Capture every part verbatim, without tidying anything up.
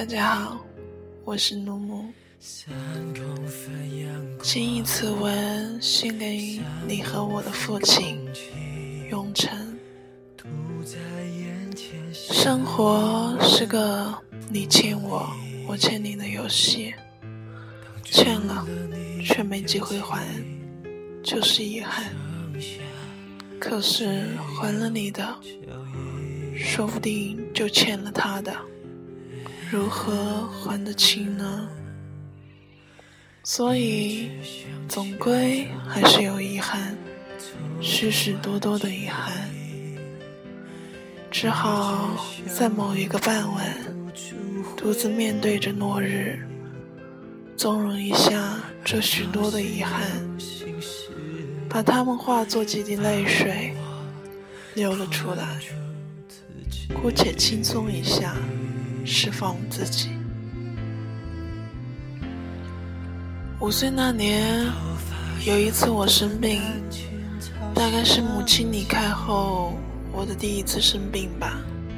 大家好，我是努木。谨以此文献给你和我的父亲永成。生活是个你欠我我欠你的游戏，欠了却没机会还，就是遗憾。可是还了你的，说不定就欠了他的，如何还得清呢？所以总归还是有遗憾，许许多多的遗憾，只好在某一个傍晚独自面对着落日，纵容一下这许多的遗憾，把它们化作几滴泪水流了出来，姑且轻松一下，释放自己。五岁那年，有一次我生病，大概是母亲离开后我的第一次生病吧。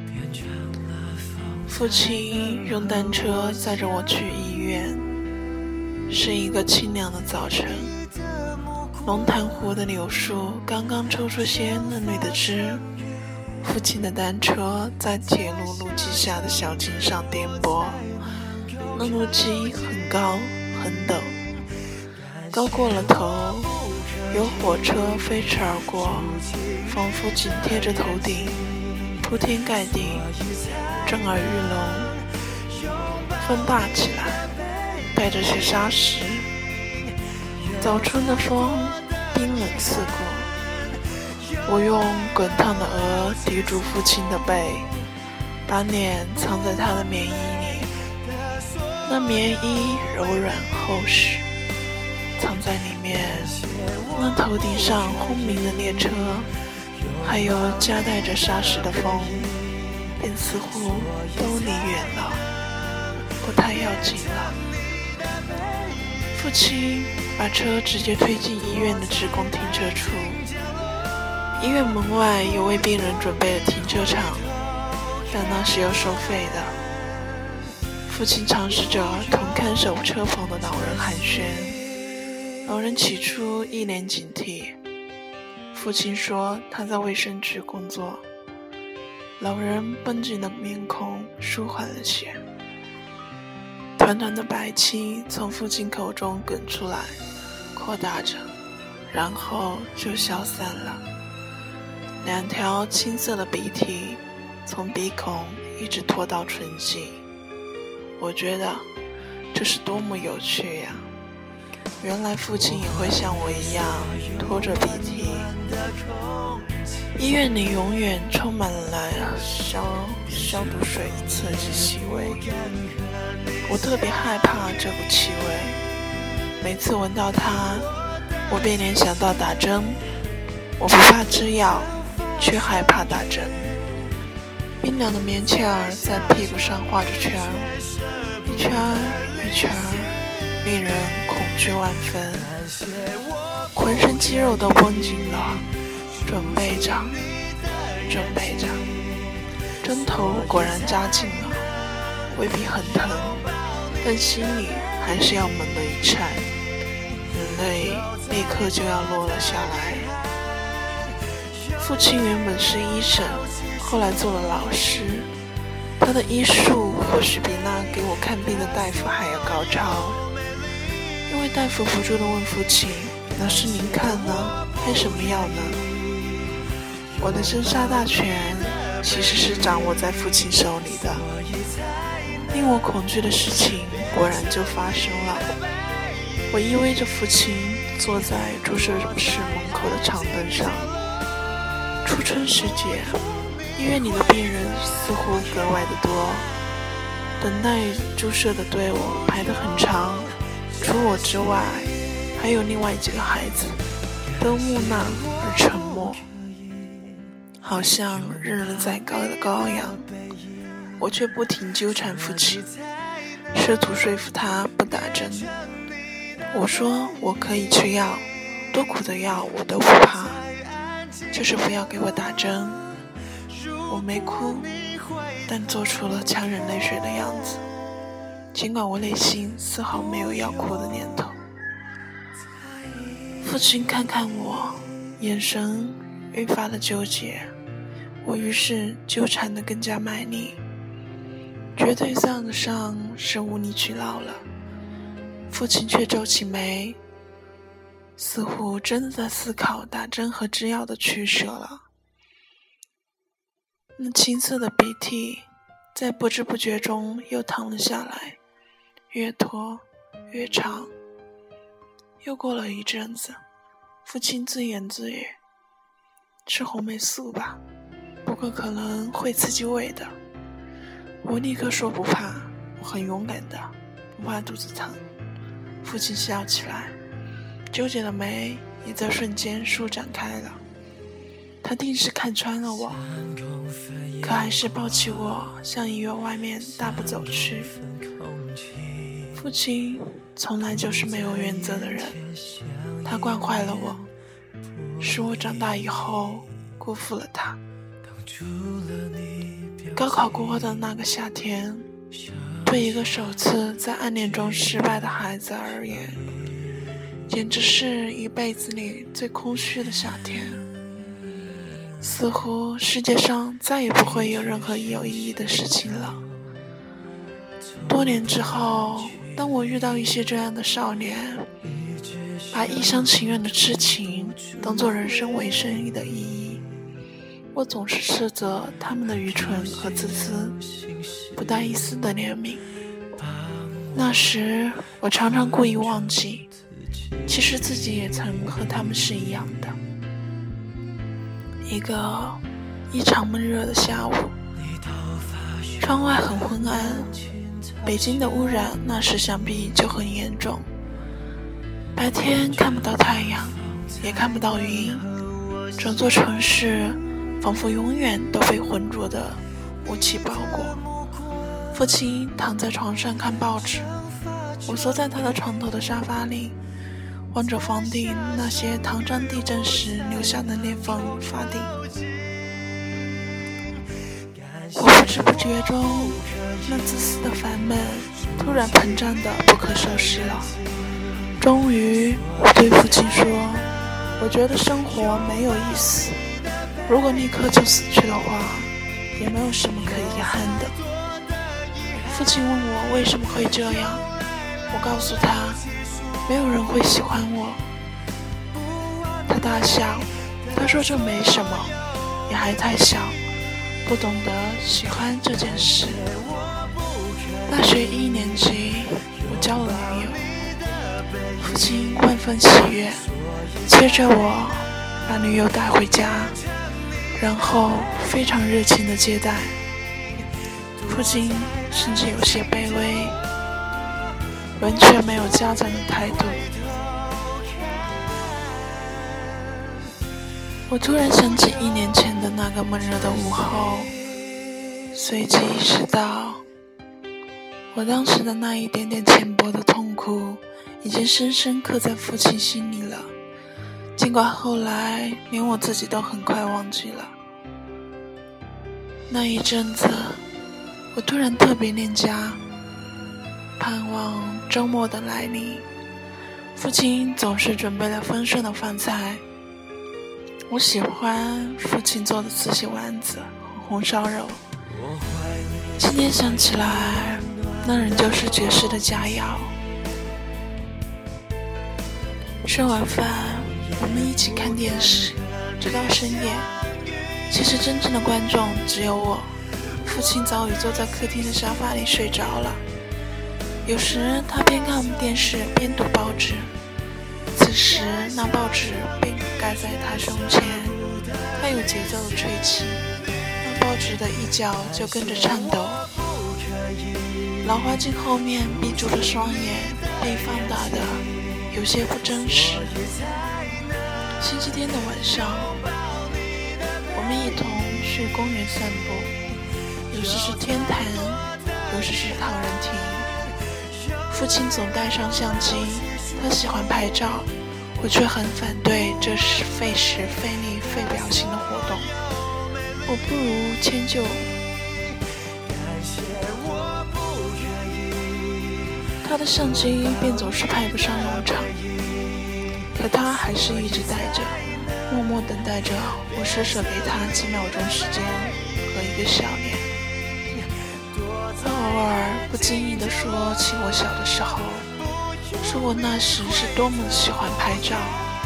父亲用单车载着我去医院，是一个清凉的早晨，龙潭湖的柳树刚刚抽出些嫩绿的枝，父亲的单车在铁路路基下的小径上颠簸，那路基很高很陡，高过了头，有火车飞驰而过，仿佛紧贴着头顶，铺天盖地，震耳欲聋。风大起来，带着些沙石，早春的风冰冷刺骨。我用滚烫的额抵住父亲的背，把脸藏在他的棉衣里，那棉衣柔软厚实，藏在里面，那头顶上轰鸣的列车，还有夹带着沙石的风，便似乎都离远了，不太要紧了。父亲把车直接推进医院的职工停车处，医院门外有为病人准备的停车场，但那是要收费的。父亲尝试着同看守车房的老人寒暄，老人起初一脸警惕。父亲说他在卫生局工作，老人绷紧的面孔舒缓了些，团团的白气从父亲口中滚出来，扩大着，然后就消散了。两条青色的鼻涕从鼻孔一直拖到唇际，我觉得这是多么有趣呀！原来父亲也会像我一样拖着鼻涕。医院里永远充满了消消毒水的刺激气味，我特别害怕这股气味，每次闻到它，我便联想到打针。我不怕吃药，却害怕打针。冰凉的棉签儿在屁股上画着圈儿，一圈儿一圈儿，令人恐惧万分，浑身肌肉都绷紧了，准备着准备着，针头果然扎进了，未必很疼，但心里还是要猛地一颤，眼泪立刻就要落了下来。父亲原本是医生，后来做了老师，他的医术或许比那给我看病的大夫还要高超。因为大夫不住地问父亲，老师您看呢？开什么药呢？我的生杀大权其实是掌握在父亲手里的。令我恐惧的事情果然就发生了。我依偎着父亲坐在注射室门口的长凳上。初春时节，医院里的病人似乎格外的多，等待注射的队伍排得很长，除我之外还有另外几个孩子，都木讷而沉默，好像任人宰割的羔羊。我却不停纠缠父亲，试图说服他不打针。我说我可以吃药，多苦的药我都不怕，就是不要给我打针。我没哭，但做出了强忍泪水的样子。 尽管我内心丝毫没有要哭的念头。父亲看看我，眼神愈发的纠结，我于是纠缠得更加卖力，绝对算得上是无理取闹了。父亲却皱起眉，似乎真的在思考打针和吃药的取舍了。那青涩的鼻涕在不知不觉中又淌了下来，越拖越长。又过了一阵子，父亲自言自语：吃红霉素吧，不过可能会刺激胃的。我立刻说不怕，我很勇敢的，不怕肚子疼。父亲笑起来，纠结的眉也在瞬间舒展开了。他定是看穿了我，可还是抱起我向医院外面大步走去。父亲从来就是没有原则的人，他惯坏了我，使我长大以后辜负了他。高考过后的那个夏天，对一个首次在暗恋中失败的孩子而言，简直是一辈子里最空虚的夏天。似乎世界上再也不会有任何有意义的事情了。多年之后，当我遇到一些这样的少年，把一厢情愿的痴情当作人生为生意的意义，我总是斥责他们的愚蠢和自私，不带一丝的怜悯。那时我常常故意忘记，其实自己也曾和他们是一样的。一个异常闷热的下午，窗外很昏暗，北京的污染那时想必就很严重。白天看不到太阳，也看不到云，整座城市仿佛永远都被浑浊的雾气包裹。父亲躺在床上看报纸，我缩在他的床头的沙发里，望着房顶那些唐山地震时留下的裂缝发顶。我不知不觉中，那自私的烦闷突然膨胀得不可收拾了。终于我对父亲说，我觉得生活没有意思，如果立刻就死去的话，也没有什么可遗憾的。父亲问我为什么会这样，我告诉他，没有人会喜欢我。他大笑，他说这没什么，你还太小，不懂得喜欢这件事。大学一年级，我交了女友，父亲万分喜悦，接着我把女友带回家，然后非常热情地接待。父亲甚至有些卑微，完全没有家长的态度。我突然想起一年前的那个闷热的午后，随即意识到，我当时的那一点点浅薄的痛苦已经深深刻在父亲心里了，尽管后来连我自己都很快忘记了。那一阵子我突然特别恋家，盼望周末的来临。父亲总是准备了丰盛的饭菜，我喜欢父亲做的慈禧丸子和红烧肉。今天想起来，那仍旧是绝世的佳肴。吃完饭，我们一起看电视，直到深夜。其实真正的观众只有我，父亲早已坐在客厅的沙发里睡着了。有时他边看电视边读报纸，此时那报纸被盖在他胸前，他有节奏地吹起，那报纸的一角就跟着颤抖。老花镜后面闭住的双眼被放大的有些不真实。星期天的晚上，我们一同去公园散步，有时是天坛，有时是唐人亭。父亲总带上相机，他喜欢拍照，我却很反对这是费时费力费表情的活动。我不如迁就他的相机便总是派不上用场，可他还是一直带着，默默等待着我施舍给他几秒钟时间和一个笑脸。他偶尔不经意地说起我小的时候，说我那时是多么喜欢拍照。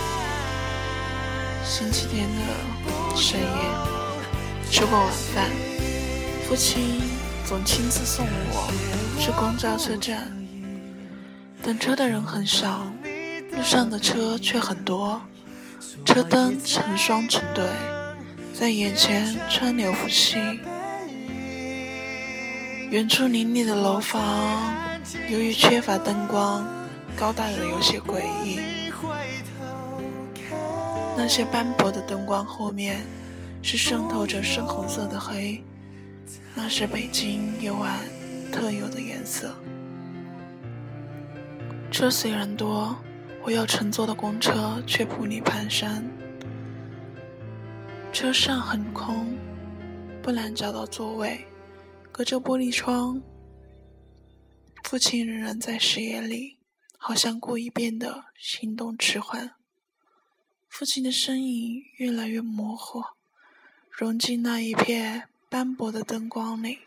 星期天的深夜，吃过晚饭，父亲总亲自送我去公交车站。等车的人很少，路上的车却很多，车灯成双成对，在眼前川流不息。远处林立的楼房，由于缺乏灯光，高大的有些诡异。那些斑驳的灯光后面，是渗透着深红色的黑，那是北京夜晚特有的颜色。车虽然多，我要乘坐的公车却步履蹒跚。车上很空，不难找到座位，隔着玻璃窗，父亲仍然在视野里，好像故意变得行动迟缓。父亲的身影越来越模糊，融进那一片斑驳的灯光里。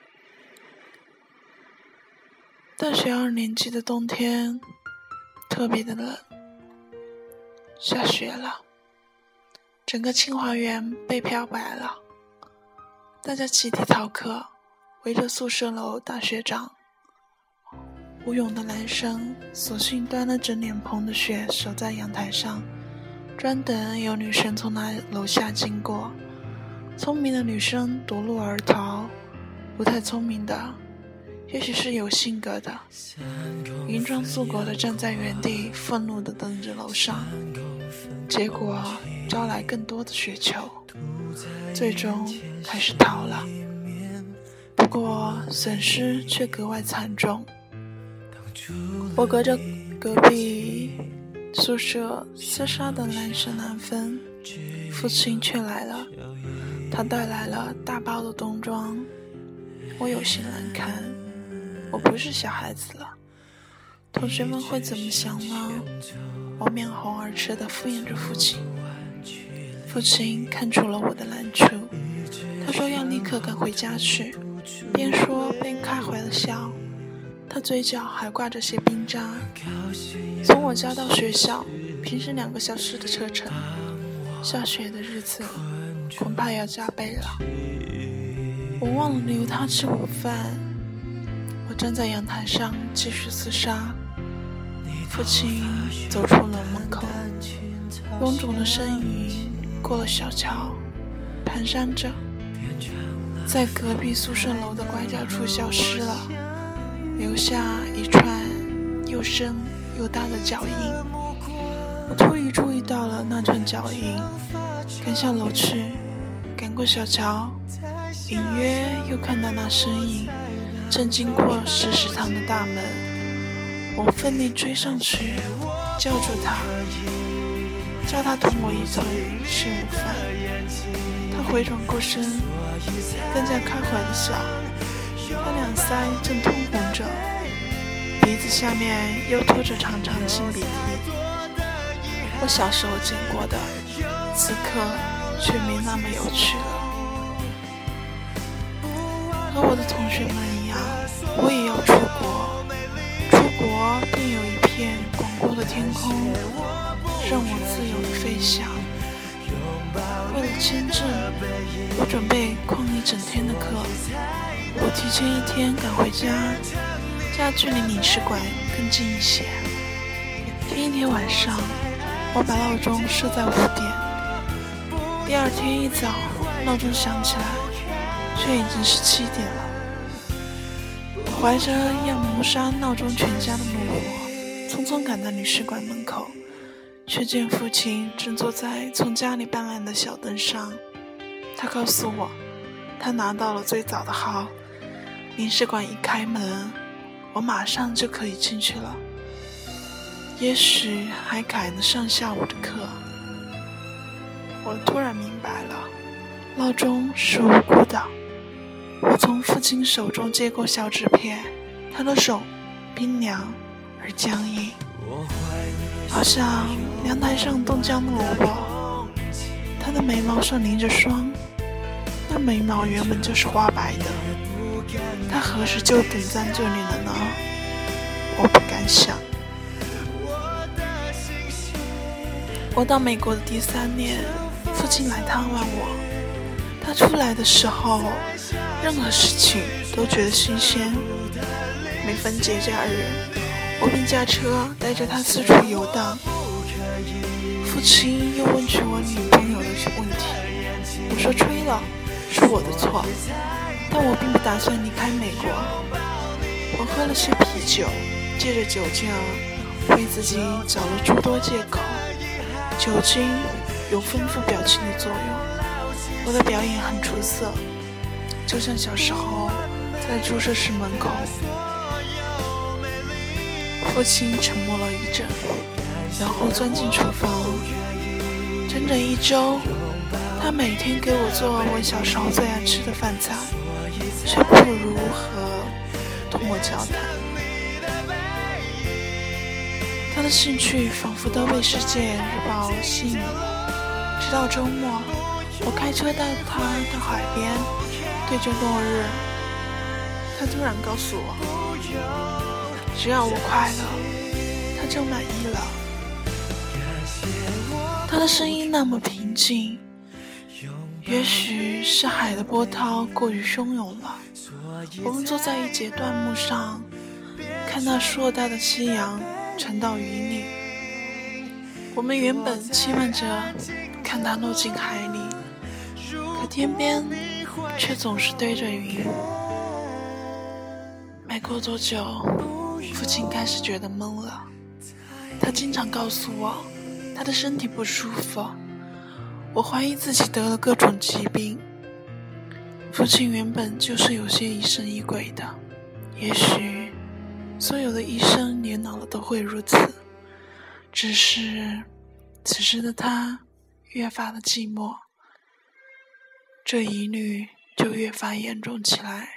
大学二年级的冬天特别的冷，下雪了，整个清华园被漂白了，大家集体逃课，围着宿舍楼大学长。无勇的男生索性端了整脸盆的雪守在阳台上，专等有女生从那楼下经过。聪明的女生夺路而逃，不太聪明的也许是有性格的，银装素裹的站在原地，愤怒地瞪着楼上，结果招来更多的雪球，最终还是逃了。不过损失却格外惨重。我隔着隔壁宿舍厮杀的难舍难分，父亲却来了，他带来了大包的冬装。我有些难堪，我不是小孩子了，同学们会怎么想呢？我面红耳赤地敷衍着父亲。父亲看出了我的难处，他说要立刻赶回家去，边说边开怀地笑，他嘴角还挂着些冰渣。从我家到学校平时两个小时的车程，下雪的日子恐怕要加倍了。我忘了留他吃午饭，我站在阳台上继续厮杀。父亲走出了门口，臃肿的身影过了小桥，蹒跚着在隔壁宿舍楼的拐角处消失了，留下一串又深又大的脚印。我突然注意到了那串脚印，赶向楼去，赶过小桥，隐约又看到那身影正经过石食堂的大门。我奋力追上去，叫住他，叫他同我一同吃午饭。他回转过身，更加开怀地笑，他两腮正通红着，鼻子下面又拖着长长清鼻涕。我小时候见过的，此刻却没那么有趣了。和我的同学们一样，我也要出国，出国便有一片广阔的天空，让我自由地飞翔。为了签证，我准备旷一整天的课，我提前一天赶回家，家距离领事馆更近一些。前一天晚上，我把闹钟设在五点，第二天一早闹钟响起来，却已经是七点了。怀着要谋杀闹钟全家的怒火，匆匆赶到领事馆门口，却见父亲正坐在从家里搬来的小凳上。他告诉我，他拿到了最早的号，领事馆一开门，我马上就可以进去了，也许还赶得上下午的课。我突然明白了，闹钟是无辜的。我从父亲手中接过小纸片，他的手冰凉而僵硬，好像凉台上冻僵的萝卜。她的眉毛上凝着霜，那眉毛原本就是花白的，她何时就顶在这里了呢？我不敢想。我到美国的第三年，父亲来探望我。他出来的时候，任何事情都觉得新鲜。每逢节假日，我便驾车带着他四处游荡。父亲又问起我女朋友的问题，我说吹了，是我的错，但我并不打算离开美国。我喝了些啤酒，借着酒劲儿，为自己找了诸多借口。酒精有丰富表情的作用，我的表演很出色，就像小时候在注射室门口。父亲沉默了一阵，然后钻进厨房。整整一周，他每天给我做我小时候最爱吃的饭菜，却不如何同我交谈。他的兴趣仿佛都被《世界日报》吸引了。直到周末，我开车带他到海边，对着落日，他突然告诉我，只要我快乐，他就满意了。他的声音那么平静，也许是海的波涛过于汹涌了。我们坐在一节断木上，看那硕大的夕阳沉到云里。我们原本期盼着看它落进海里，可天边却总是堆着云。没过多久，父亲开始觉得闷了。他经常告诉我他的身体不舒服，我怀疑自己得了各种疾病。父亲原本就是有些疑神疑鬼的，也许所有的医生年老了都会如此，只是此时的他越发的寂寞，这疑虑就越发严重起来。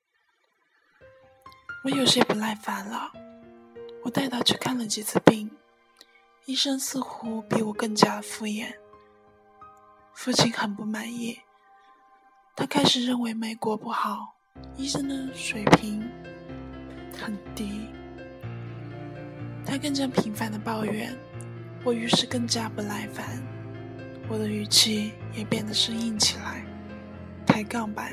我有些不耐烦了，我带他去看了几次病，医生似乎比我更加敷衍。父亲很不满意，他开始认为美国不好，医生的水平很低。他更加频繁地抱怨，我于是更加不耐烦，我的语气也变得生硬起来，抬杠版。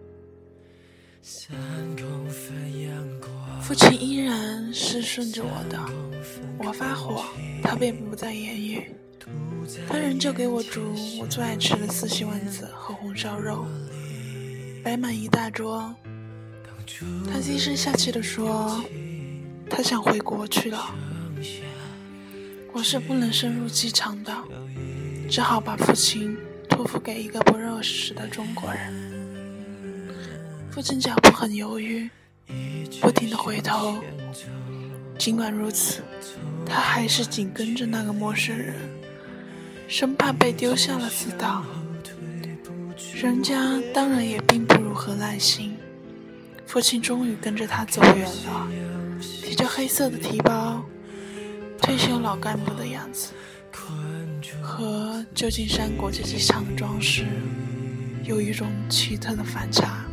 父亲依然是顺着我的，我发火，他便不再言语。他仍旧给我煮我最爱吃的四喜丸子和红烧肉，摆满一大桌。他低声下气地说，他想回国去了。我是不能深入机场的，只好把父亲托付给一个不认识的中国人。父亲脚步很犹豫，不停地回头，尽管如此，他还是紧跟着那个陌生人，生怕被丢下了似的。人家当然也并不如何耐心。父亲终于跟着他走远了，提着黑色的提包，退休老干部的样子，和旧金山国际机场的装饰有一种奇特的反差。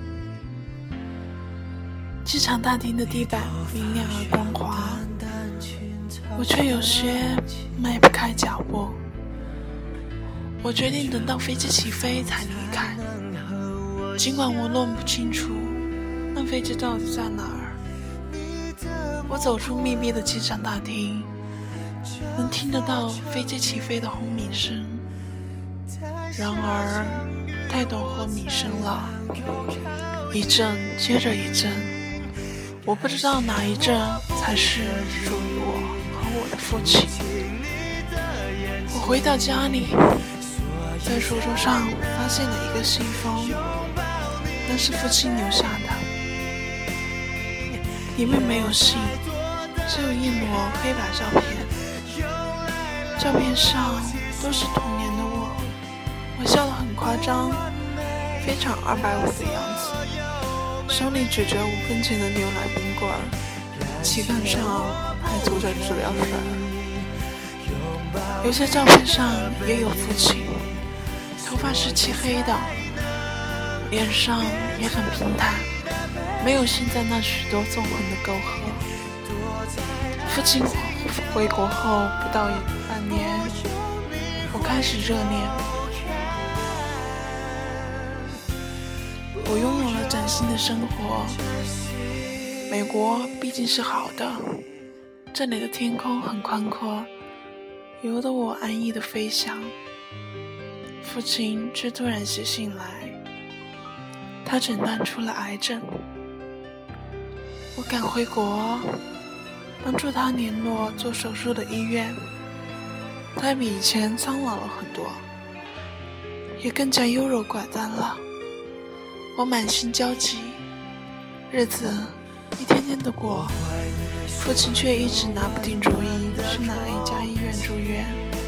机场大厅的地板明亮而光滑，我却有些迈不开脚步。我决定等到飞机起飞才离开，尽管我弄不清楚那飞机到底在哪儿。我走出密闭的机场大厅，能听得到飞机起飞的轰鸣声，然而太多轰鸣声了，一阵接着一阵，我不知道哪一阵才是属于我和我的父亲。我回到家里，在书桌上发现了一个信封，那是父亲留下的，里面没有信，只有一摞黑白照片。照片上都是童年的我，我笑得很夸张，非常二百五的样子，手里举着五分钱的牛奶冰棍儿。 旗杆上还涂着治疗水。有些照片上也有父亲，头发是漆黑的，脸上也很平坦，没有现在那许多纵横的沟壑。父亲回国后不到半年，我开始热恋。我拥有了崭新的生活。美国毕竟是好的，这里的天空很宽阔，由得我安逸的飞翔。父亲却突然写信来，他诊断出了癌症。我赶回国，帮助他联络做手术的医院。他比以前苍老了很多，也更加优柔寡断了。我满心焦急，日子一天天的过，父亲却一直拿不定主意去哪一家医院住院。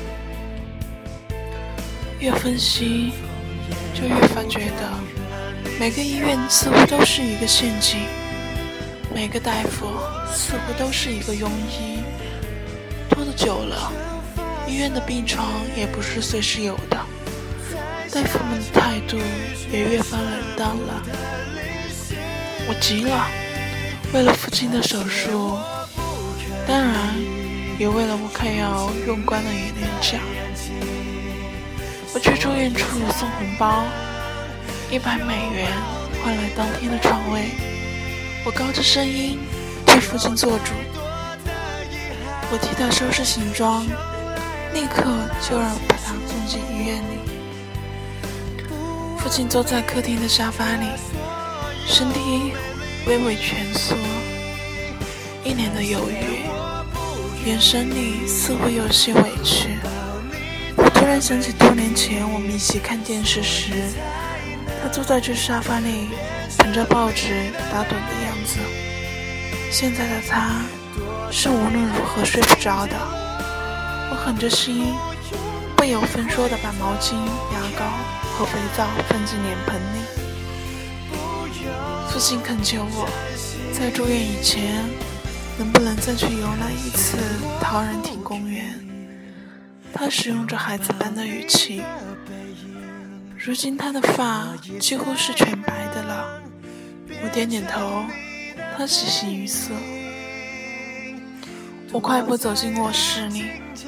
越分析就越发觉得每个医院似乎都是一个陷阱，每个大夫似乎都是一个庸医。拖得久了，医院的病床也不是随时有的，大夫们的态度也越发冷淡了。我急了，为了父亲的手术，当然也为了我快要用光的眼泪奖。我去住院处送红包，一百美元换来当天的床位。我高着声音替父亲做主，我替他收拾行装，立刻就让把他送进医院里。父亲坐在客厅的沙发里，身体微微蜷缩，一脸的犹豫，眼神里似乎有些委屈。我突然想起多年前我们一起看电视时，他坐在这沙发里捧着报纸打盹的样子。现在的他是无论如何睡不着的。我狠着心，不由分说地把毛巾、牙膏和肥皂放进脸盆里。父亲恳求我在住院以前能不能再去游览一次陶然亭公园。他使用着孩子般的语气。如今他的发几乎是全白的了。我点点头，他喜形于色。我快步走进卧室里，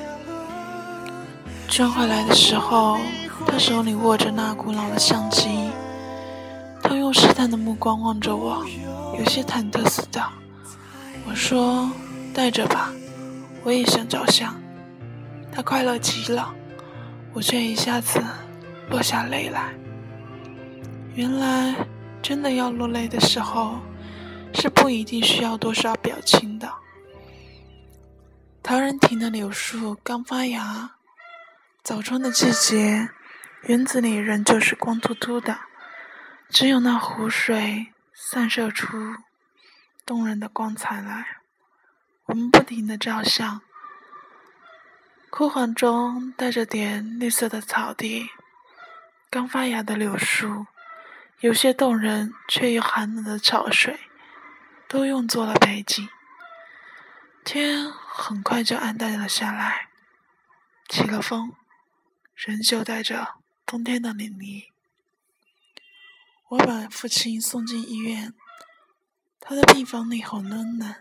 转回来的时候，他手里握着那古老的相机。他用试探的目光望着我，有些忐忑似的。我说：“带着吧，我也想照相。”他快乐极了，我却一下子落下泪来。原来真的要落泪的时候，是不一定需要多少表情的。陶然亭的柳树刚发芽，早春的季节，园子里仍旧是光秃秃的，只有那湖水散射出动人的光彩来。我们不停地照相，枯黄中带着点绿色的草地，刚发芽的柳树，有些动人却又寒冷的潮水，都用作了背景。天很快就暗淡了下来，起了风，仍旧带着冬天的凛冽。我把父亲送进医院，他的病房里很温暖，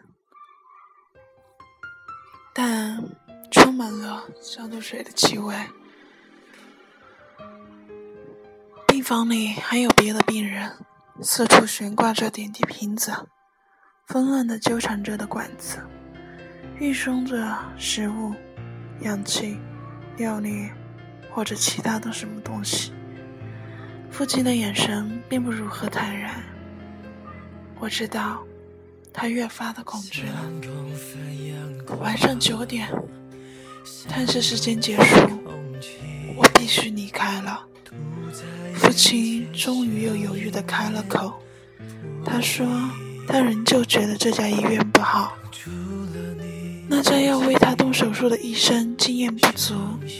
但充满了消毒水的气味。病房里还有别的病人，四处悬挂着点滴瓶子，纷乱地纠缠着的管子，运送着食物、氧气、尿液或者其他的什么东西。父亲的眼神并不如何坦然，我知道他越发的恐惧了。晚上九点，探视时间结束，我必须离开了。父亲终于又犹豫地开了口，他说他仍旧觉得这家医院不好，那家要为他动手术的医生经验不足，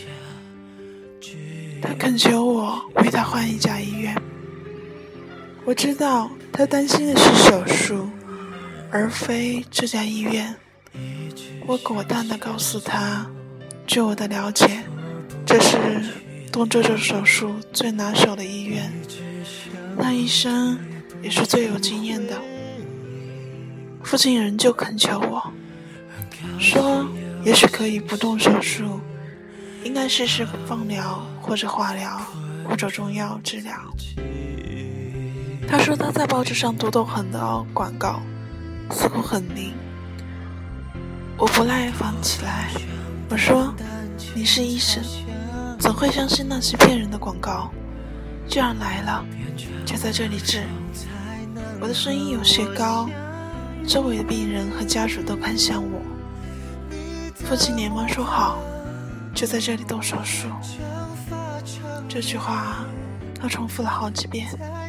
他恳求我为他换一家医院。我知道他担心的是手术， 而非这家医院。我果断地告诉他，据我的了解，这是动这种手术最拿手的医院，那医生也是最有经验的。父亲仍旧恳求我，说也许可以不动手术，应该试试放疗或者化疗或者中药治疗。他说他在报纸上读到很多广告，似乎很灵。我不耐烦起来，我说你是医生，怎会相信那些骗人的广告？既然来了，就在这里治。我的声音有些高，周围的病人和家属都看向我。父亲连忙说好，就在这里动手术。这句话他重复了好几遍，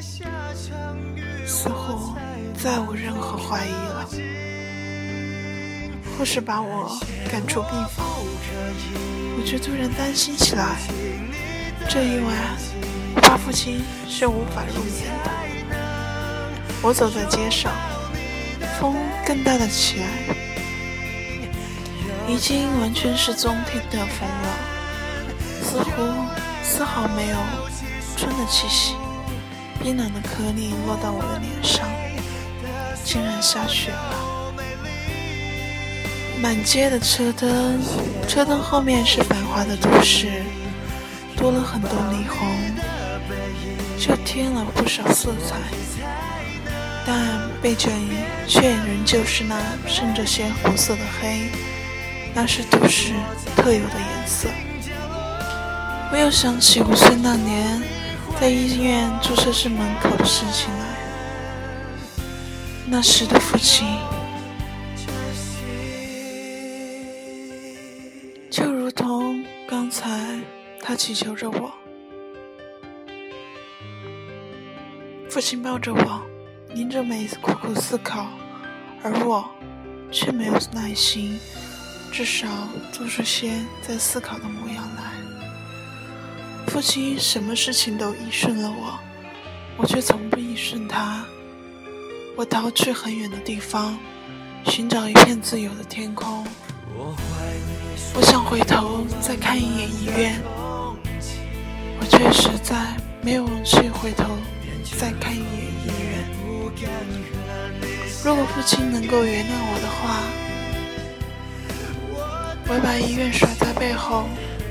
似乎再无任何怀疑了。护士把我赶出病房，我却突然担心起来，这一晚我怕父亲是无法入眠的。我走在街上，风更大了起来，已经完全是冬天的风了，似乎丝毫没有春的气息。冰冷的颗粒落到我的脸上，竟然下雪了。满街的车灯，车灯后面是繁华的都市，多了很多霓虹，就添了不少色彩，但背景却仍旧是那渗着些红色的黑，那是都市特有的颜色。我又想起五岁那年在医院注射室门口的事情来，那时的父亲就如同刚才他祈求着我。父亲抱着我，凝着眉苦苦思考，而我却没有耐心，至少做出些在思考的模样来。父亲什么事情都依顺了我，我却从不依顺他。我逃去很远的地方，寻找一片自由的天空。我想回头再看一眼医院，我却实在没有勇气回头再看一眼医院。如果父亲能够原谅我的话，我把医院甩在背后，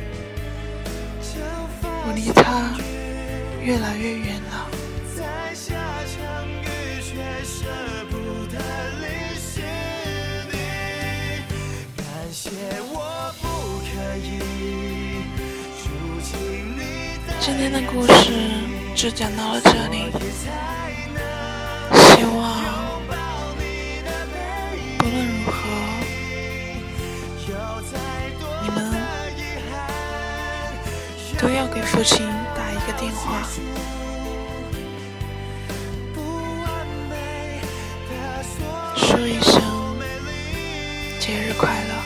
我离他越来越远了。今天的故事就讲到了这里，希望不论如何，你们都要给父亲打一个电话，说一声节日快乐。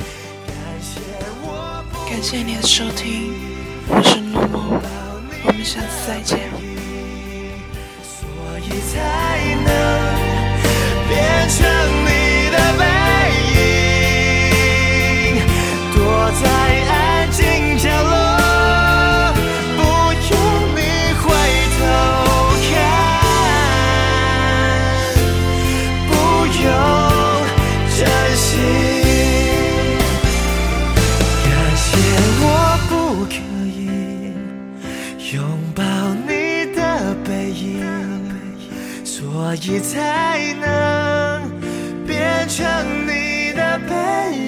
感谢你的收听，我是诺诺，我们下次再见。所以才能变成你的背影，躲在安静角落，不用你回头看，不用珍惜。拥抱你的背影，所以才能变成你的背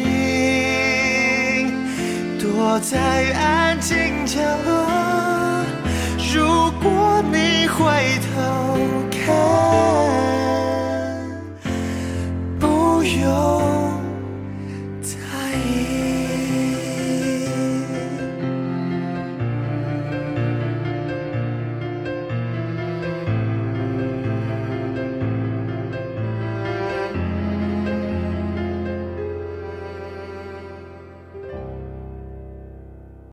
影，躲在安静角落。如果你回头看，不用